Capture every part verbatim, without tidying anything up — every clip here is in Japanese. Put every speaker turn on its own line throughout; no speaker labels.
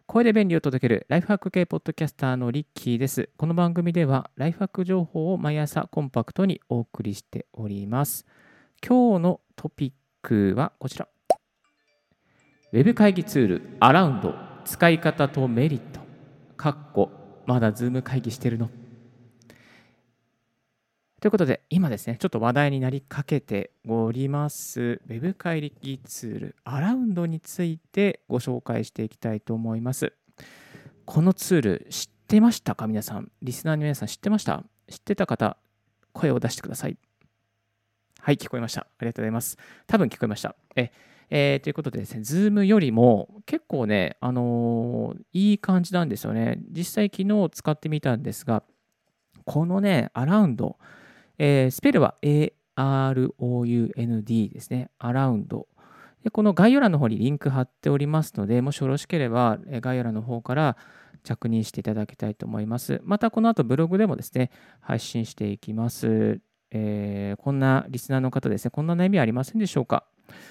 声で便利を届けるライフハック系ポッドキャスターのリッキーです。この番組ではライフハック情報を毎朝コンパクトにお送りしております。今日のトピックはこちら。ウェブ会議ツールアラウンド使い方とメリット。かっこまだズーム会議してるの。ということで、今ですね、ちょっと話題になりかけております、ウェブ会議ツール、アラウンドについてご紹介していきたいと思います。このツール、知ってましたか皆さん。リスナーの皆さん知ってました？知ってた方、声を出してください。はい、聞こえました。ありがとうございます。多分聞こえました。ええー、ということでですね、Zoom よりも結構ね、あのーいい感じなんですよね。実際昨日使ってみたんですが、このね、アラウンド、えースペルは エーアールオーユーエヌディー ですね。アラウンド。でこの概要欄の方にリンク貼っておりますので、もしよろしければえー概要欄の方から着任していただきたいと思います。またこの後ブログでもですね、配信していきます。えーこんなリスナーの方ですね、こんな悩みはありませんでしょうか？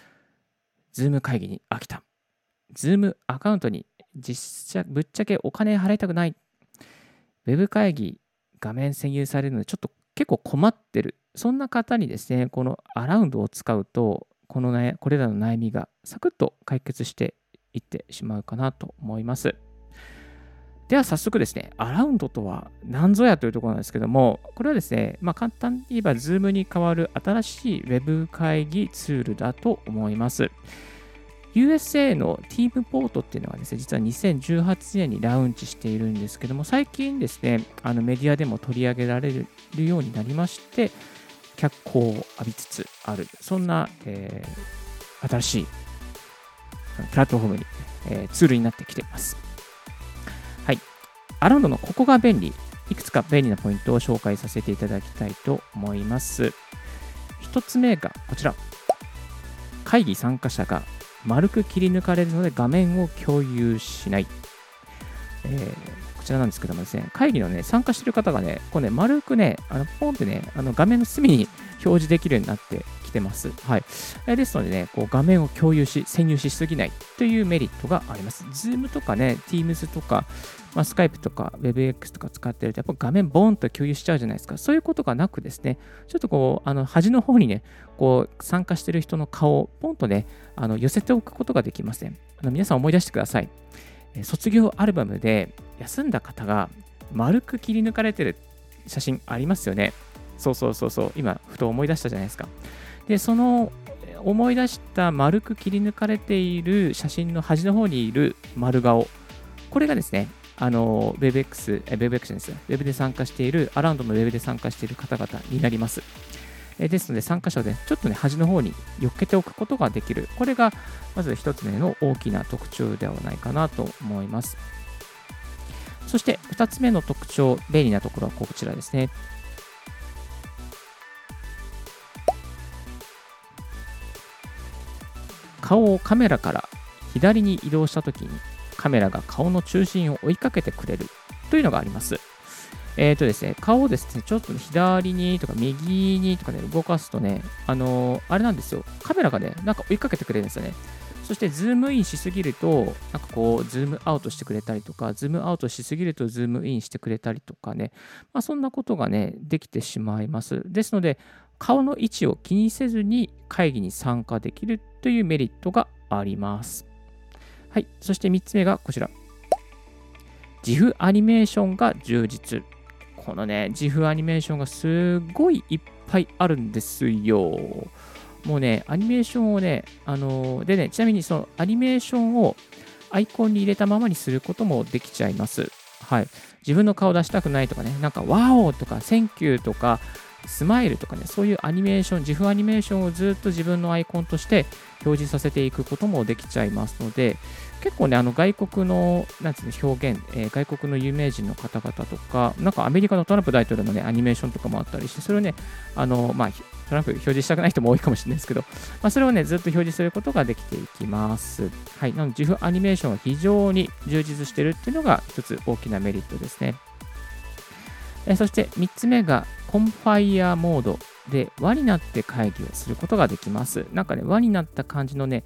Zoom 会議に飽きた。Zoom アカウントに実際ぶっちゃけお金払いたくない。ウェブ会議画面占有されるのでちょっと結構困ってる。そんな方にですね、このアラウンドを使うと、このね、これらの悩みがサクッと解決していってしまうかなと思います。では早速ですね、アラウンドとは何ぞやというところなんですけども、これはですね、まあ簡単に言えば Zoom に代わる新しいウェブ会議ツールだと思います。ユーエスエー の Team ポートっていうのはですね、実はにせんじゅうはちねんにラウンチしているんですけども、最近ですね、あのメディアでも取り上げられるようになりまして、脚光を浴びつつある、そんな、えー新しいプラットフォームに、えーツールになってきています。はい。アラウンドのここが便利、いくつか便利なポイントを紹介させていただきたいと思います。一つ目がこちら。会議参加者が丸く切り抜かれるので画面を共有しない。えーこちらなんですけどもですね、会議のね、参加している方がね、こうね、丸くね、あのポンってね、あの画面の隅に表示できるようになってきてます。はい。えーですのでね、こう画面を共有し、占有しすぎないというメリットがあります。Zoom とかね、Teams とか、まあ、Skype とか WebEx とか使ってると、やっぱ画面ボーンと共有しちゃうじゃないですか。そういうことがなくですね、ちょっとこう、あの端の方にね、こう参加している人の顔をポンとね、あの寄せておくことができません。あの皆さん思い出してください。えー卒業アルバムで休んだ方が丸く切り抜かれてる写真ありますよね。そうそうそうそう。今、ふと思い出したじゃないですか。で、そのえー思い出した丸く切り抜かれている写真の端の方にいる丸顔。これがですね、あの、WebEx、え WebEx ですよ。Web で参加している、アラウンドの Web で参加している方々になります。えーですので、参加者をね、ちょっとね、端の方に寄っけておくことができる。これが、まず一つ目の大きな特徴ではないかなと思います。そして、二つ目の特徴、便利なところはこちらですね。顔をカメラから左に移動したときに、カメラが顔の中心を追いかけてくれるというのがあります。えっ、とですね、顔をですね、ちょっと左にとか右にとかね、動かすとね、あのーあれなんですよ、カメラがね、なんか追いかけてくれるんですよね。そして、ズームインしすぎると、なんかこう、ズームアウトしてくれたりとか、ズームアウトしすぎると、ズームインしてくれたりとかね、まあ、そんなことがね、できてしまいます。ですので、顔の位置を気にせずに会議に参加できるというメリットがあります。はい。そしてみっつめがこちら。ジフアニメーションが充実。このね、ジフアニメーションがすごいいっぱいあるんですよ。もうね、アニメーションをね、あのーでね、ちなみにそのアニメーションをアイコンに入れたままにすることもできちゃいます。はい。自分の顔出したくないとかね、なんか、ワオとか、センキューとか、スマイルとかね、そういうアニメーション、ジフアニメーションをずっと自分のアイコンとして表示させていくこともできちゃいますので、結構ね、あの外国の、なんつうの、表現、えー外国の有名人の方々とか、なんかアメリカのトランプ大統領のね、アニメーションとかもあったりして、それをね、あの、まあ、トランプ表示したくない人も多いかもしれないですけど、まあ、それをね、ずっと表示することができていきます。はい。なので、ジフアニメーションは非常に充実しているっていうのが一つ大きなメリットですね。えーそしてみっつめがコンファイアモードで輪になって会議をすることができます。なんかね、輪になった感じのね、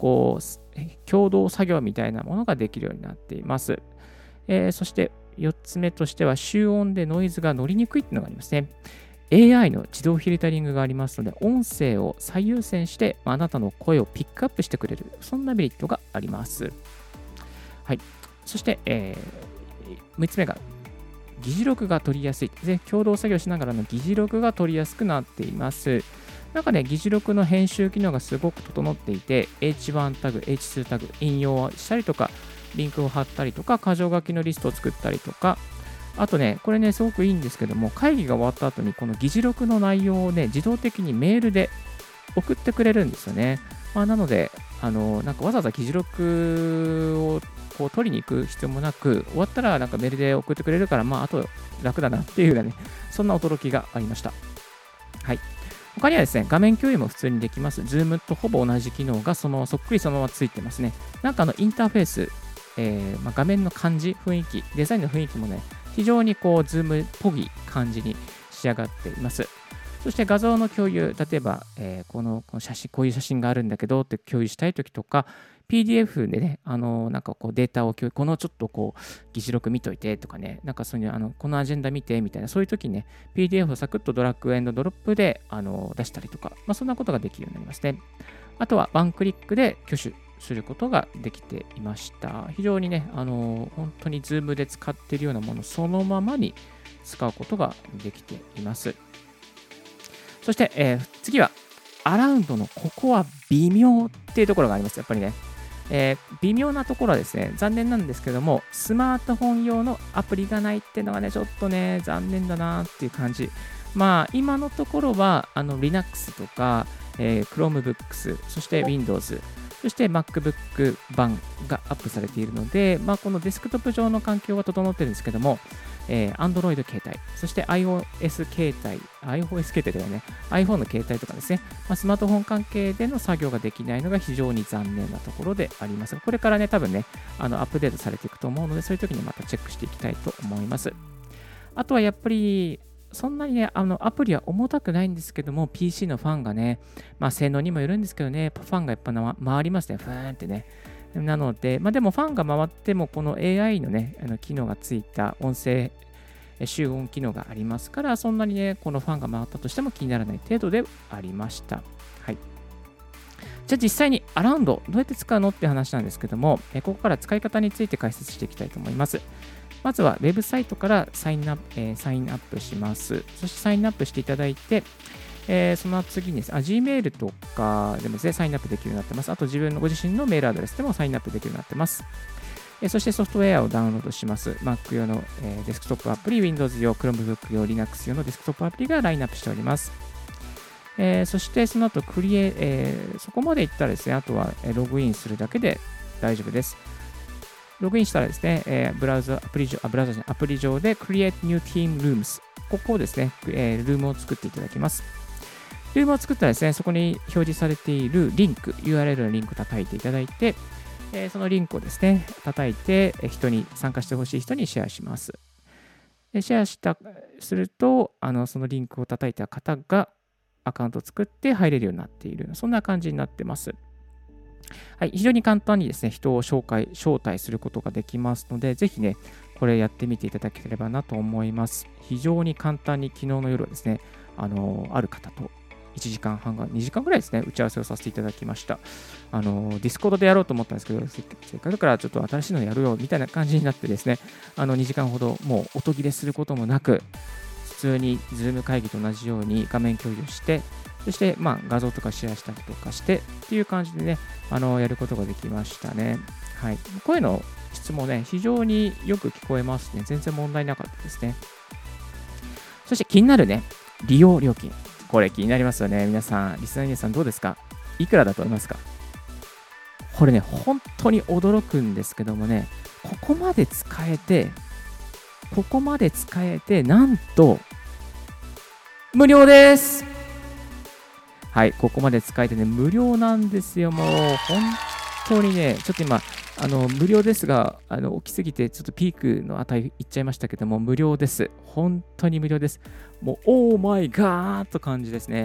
こう共同作業みたいなものができるようになっています。えー、そしてよっつめとしては、集音でノイズが乗りにくいっていうのがありますね。エーアイ の自動フィルタリングがありますので、音声を最優先して、あなたの声をピックアップしてくれる、そんなメリットがあります。はい。そして、えー、むいつめが、議事録が取りやすいですね。共同作業しながらの議事録が取りやすくなっています。なんかね、議事録の編集機能がすごく整っていて、エイチワン タグ、エイチツー タグ、引用をしたりとか、リンクを貼ったりとか、箇条書きのリストを作ったりとか、あとね、これね、すごくいいんですけども、会議が終わった後に、この議事録の内容をね、自動的にメールで送ってくれるんですよね。まあ、なので、あの、なんかわざわざ議事録をこう取りに行く必要もなく、終わったらなんかメールで送ってくれるから、まあ、あと楽だなっていうようなね、そんな驚きがありました。はい。他にはですね、画面共有も普通にできます。Zoom とほぼ同じ機能がそのそっくりそのままついてますね。なんかあのインターフェース、えーまあ、画面の感じ、雰囲気、デザインの雰囲気もね、非常にこう、Zoom っぽい感じに仕上がっています。そして画像の共有、例えば、えー、このこの写真、こういう写真があるんだけどって共有したいときとか、ピーディーエフ でね、あのなんかこうデータを共有、このちょっとこう、議事録見といてとかね、なんかそういうあの、このアジェンダ見てみたいな、そういうときにね、ピーディーエフ をサクッとドラッグエンドドロップであの出したりとか、まあ、そんなことができるようになりますね。あとはワンクリックで挙手することができていました。非常にね、あの本当に Zoom で使っているようなものそのままに使うことができています。そして、えー、次は、アラウンドのここは微妙っていうところがあります。やっぱりね。えー、微妙なところはですね、残念なんですけども、スマートフォン用のアプリがないっていうのがね、ちょっとね、残念だなっていう感じ。まあ、今のところは、あの Linux とか、えー、Chromebooks、そして Windows、そして MacBook 版がアップされているので、まあ、このデスクトップ上の環境は整ってるんですけども、えー、Android 携帯、そして iOS 携帯、iOS 携帯ではね、iPhone の携帯とかですね、まあ、スマートフォン関係での作業ができないのが非常に残念なところでありますが、これからね、多分ね、あのアップデートされていくと思うので、そういう時にまたチェックしていきたいと思います。あとはやっぱり、そんなにね、あのアプリは重たくないんですけども、ピーシー のファンがね、まあ、性能にもよるんですけどね、ファンがやっぱな回りますね、ふーんってね。なので、まあ、でもファンが回っても、この エーアイ のね、あの機能がついた音声集音機能がありますから、そんなにね、このファンが回ったとしても気にならない程度でありました。はい。じゃあ実際にアラウンド、どうやって使うのって話なんですけども、ここから使い方について解説していきたいと思います。まずはウェブサイトからサインアップ、えー、サインアップします。そしてサインアップしていただいて、えー、その次にですね、あ、Gmail とかでもですね、サインアップできるようになってます。あと自分のご自身のメールアドレスでもサインアップできるようになってます。えー、そしてソフトウェアをダウンロードします。Mac 用の、えー、デスクトップアプリ、Windows 用、Chromebook 用、Linux 用のデスクトップアプリがラインナップしております。えー、そしてその後クリエ、えー、そこまでいったらですね、あとはログインするだけで大丈夫です。ログインしたらですね、えー、ブラウザ、アプリ上、あ、ブラウザじゃない、アプリ上で Create New Team Rooms。ここをですね、えー、ルームを作っていただきます。ルームを作ったらですね、そこに表示されているリンク、ユーアールエル のリンクを叩いていただいて、えー、そのリンクをですね、叩いて、人に、参加してほしい人にシェアします。でシェアした、すると、あの、そのリンクを叩いた方がアカウントを作って入れるようになっている、そんな感じになってます。はい、非常に簡単にですね、人を紹介、招待することができますので、ぜひね、これやってみていただければなと思います。非常に簡単に昨日の夜はですね、あの、ある方といちじかんはんがにじかんぐらいですね、打ち合わせをさせていただきました。あの、ディスコードでやろうと思ったんですけど、せっかくだからちょっと新しいのやるよみたいな感じになってですね、あのにじかんほどもう音切れすることもなく、普通に Zoom 会議と同じように画面共有して、そして、まあ、画像とかシェアしたりとかして、っていう感じでね、あの、やることができましたね。はい。声の質もね、非常によく聞こえますね。全然問題なかったですね。そして気になるね、利用料金。これ気になりますよね。皆さん、リスナーの皆さんどうですか？いくらだと思いますか？これね、本当に驚くんですけどもね、ここまで使えて、ここまで使えて、なんと、無料です。はい、ここまで使えてね、無料なんですよ。もう、本当にね、ちょっと今、あの、無料ですが、あの、大きすぎて、ちょっとピークの値いっちゃいましたけども、無料です。本当に無料です。もう、オーマイガーと感じですね。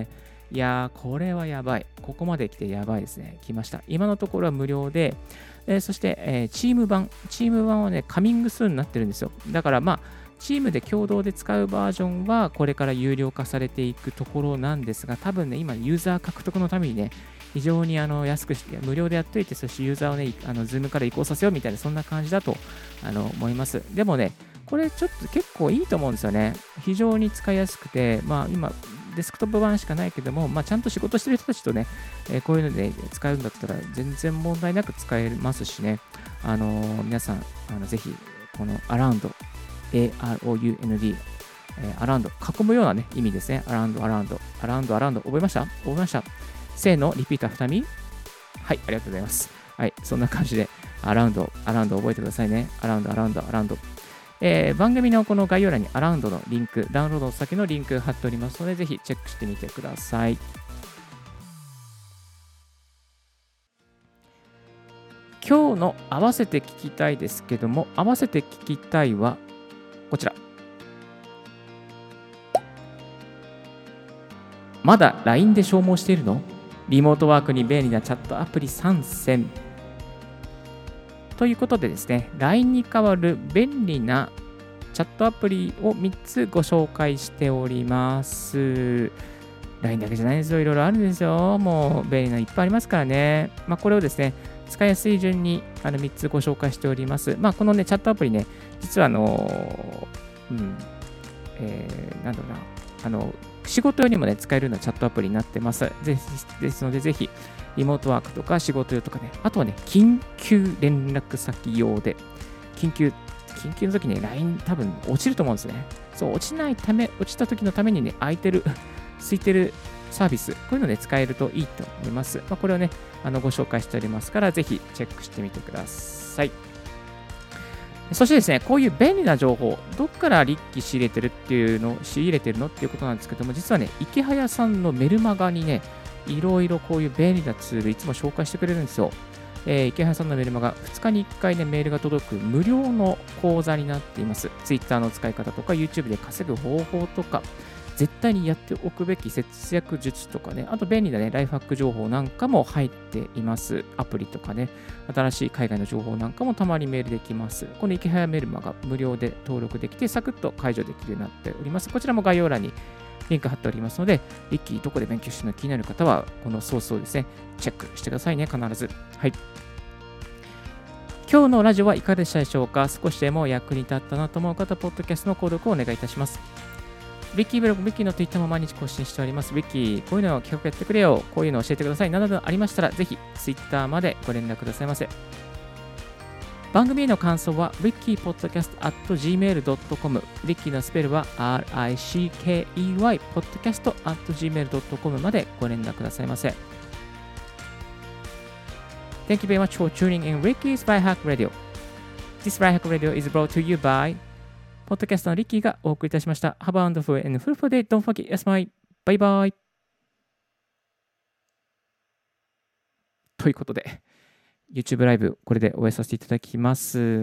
いやー、これはやばい。ここまで来てやばいですね。来ました。今のところは無料で、えーそして、えーチーム版。チーム版はね、カミングスーンになってるんですよ。だからまあ、チームで共同で使うバージョンは、これから有料化されていくところなんですが、多分ね、今、ユーザー獲得のためにね、非常にあの安くして、無料でやっといて、そしてユーザーをね、あの Zoom から移行させようみたいな、そんな感じだとあの思います。でもね、これちょっと結構いいと思うんですよね。非常に使いやすくて、まあ今、デスクトップ版しかないけども、まあ、ちゃんと仕事してる人たちとね、えーこういうので使うんだったら全然問題なく使えますしね、あのー皆さん、あのぜひ、この Around、エーアールオーユーエヌディー、えー、Around、囲むような、ね、意味ですね。Around、Around、Around、Around、覚えました覚えましたせーの、リピーターふたみはい、ありがとうございます。はい、そんな感じで、Around、Around 覚えてくださいね。Around、Around、Around。えー番組のこの概要欄に Around のリンク、ダウンロード先のリンク貼っておりますので、ぜひチェックしてみてください。今日の合わせて聞きたいですけども、合わせて聞きたいはこちら。まだ ライン で消耗しているの？リモートワークに便利なチャットアプリ参戦。ということでですね、ライン に代わる便利なチャットアプリをみっつご紹介しております。ライン だけじゃないですよ。いろいろあるんですよ。もう便利なのいっぱいありますからね。まあ、これをですね、使いやすい順にあのみっつご紹介しております。まあ、このね、チャットアプリね、実はあのーうん、えー、なんだろうな、あの、仕事用にもね、使えるようなチャットアプリになってます。ぜひですので、ぜひ、リモートワークとか仕事用とかね、あとはね、緊急連絡先用で、緊急、緊急の時に ライン 多分落ちると思うんですね。そう、落ちないため、落ちた時のためにね、空いてる、空いてるサービス、こういうのね、使えるといいと思います。まあ、これをね、あのご紹介しておりますから、ぜひチェックしてみてください。そしてですね、こういう便利な情報、どっからリッキー仕入れてるっていうの、仕入れてるのっていうことなんですけども、実はね、池早さんのメルマガにね、いろいろこういう便利なツール、いつも紹介してくれるんですよ。えー、池早さんのメルマガ、ふつかにいっかいね、メールが届く無料の講座になっています。Twitter の使い方とか、YouTube で稼ぐ方法とか、絶対にやっておくべき節約術とかね、あと便利なね、ライフハック情報なんかも入っています。アプリとかね、新しい海外の情報なんかもたまにメールできます。この池早メルマガ無料で登録できて、サクッと解除できるようになっております。こちらも概要欄にリンク貼っておりますので、リッキーどこで勉強してるの気になる方は、このソースをですね、チェックしてくださいね、必ず。はい。今日のラジオはいかがでしたでしょうか？少しでも役に立ったなと思う方、ポッドキャストの購読をお願いいたします。ウィッキーブログ、ウィッキーの Twitter も毎日更新しております。ウィッキー、こういうのを企画やってくれよ、こういうのを教えてくださいなどありましたら、ぜひ Twitter までご連絡くださいませ。番組への感想は ウィッキーポッドキャスト アットジーメールドットコム、ウィッキーのスペルは アールアイシーケーイーワイ ポッドキャスト アットジーメールドットコム までご連絡くださいませ。Thank you very much for tuning in Ricky's Lifehack Radio.This Lifehack Radio is brought to you by ポッドキャストのリッキーがお送りいたしました。Have a wonderful and fruitful day. Don't forget, yes, my. Bye bye. ということで、YouTube ライブ、これで終えさせていただきます。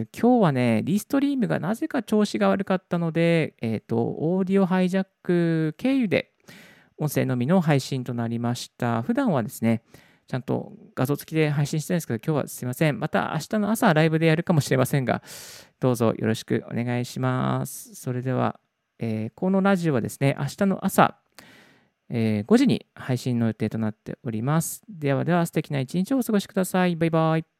今日はね、リストリームがなぜか調子が悪かったので、えっと、オーディオハイジャック経由で音声のみの配信となりました。普段はですね、ちゃんと画像付きで配信してるんですけど、今日はすいません。また明日の朝ライブでやるかもしれませんが、どうぞよろしくお願いします。それでは、えーこのラジオはですね、明日の朝、えーごじに配信の予定となっております。ではでは素敵な一日をお過ごしください。バイバイ。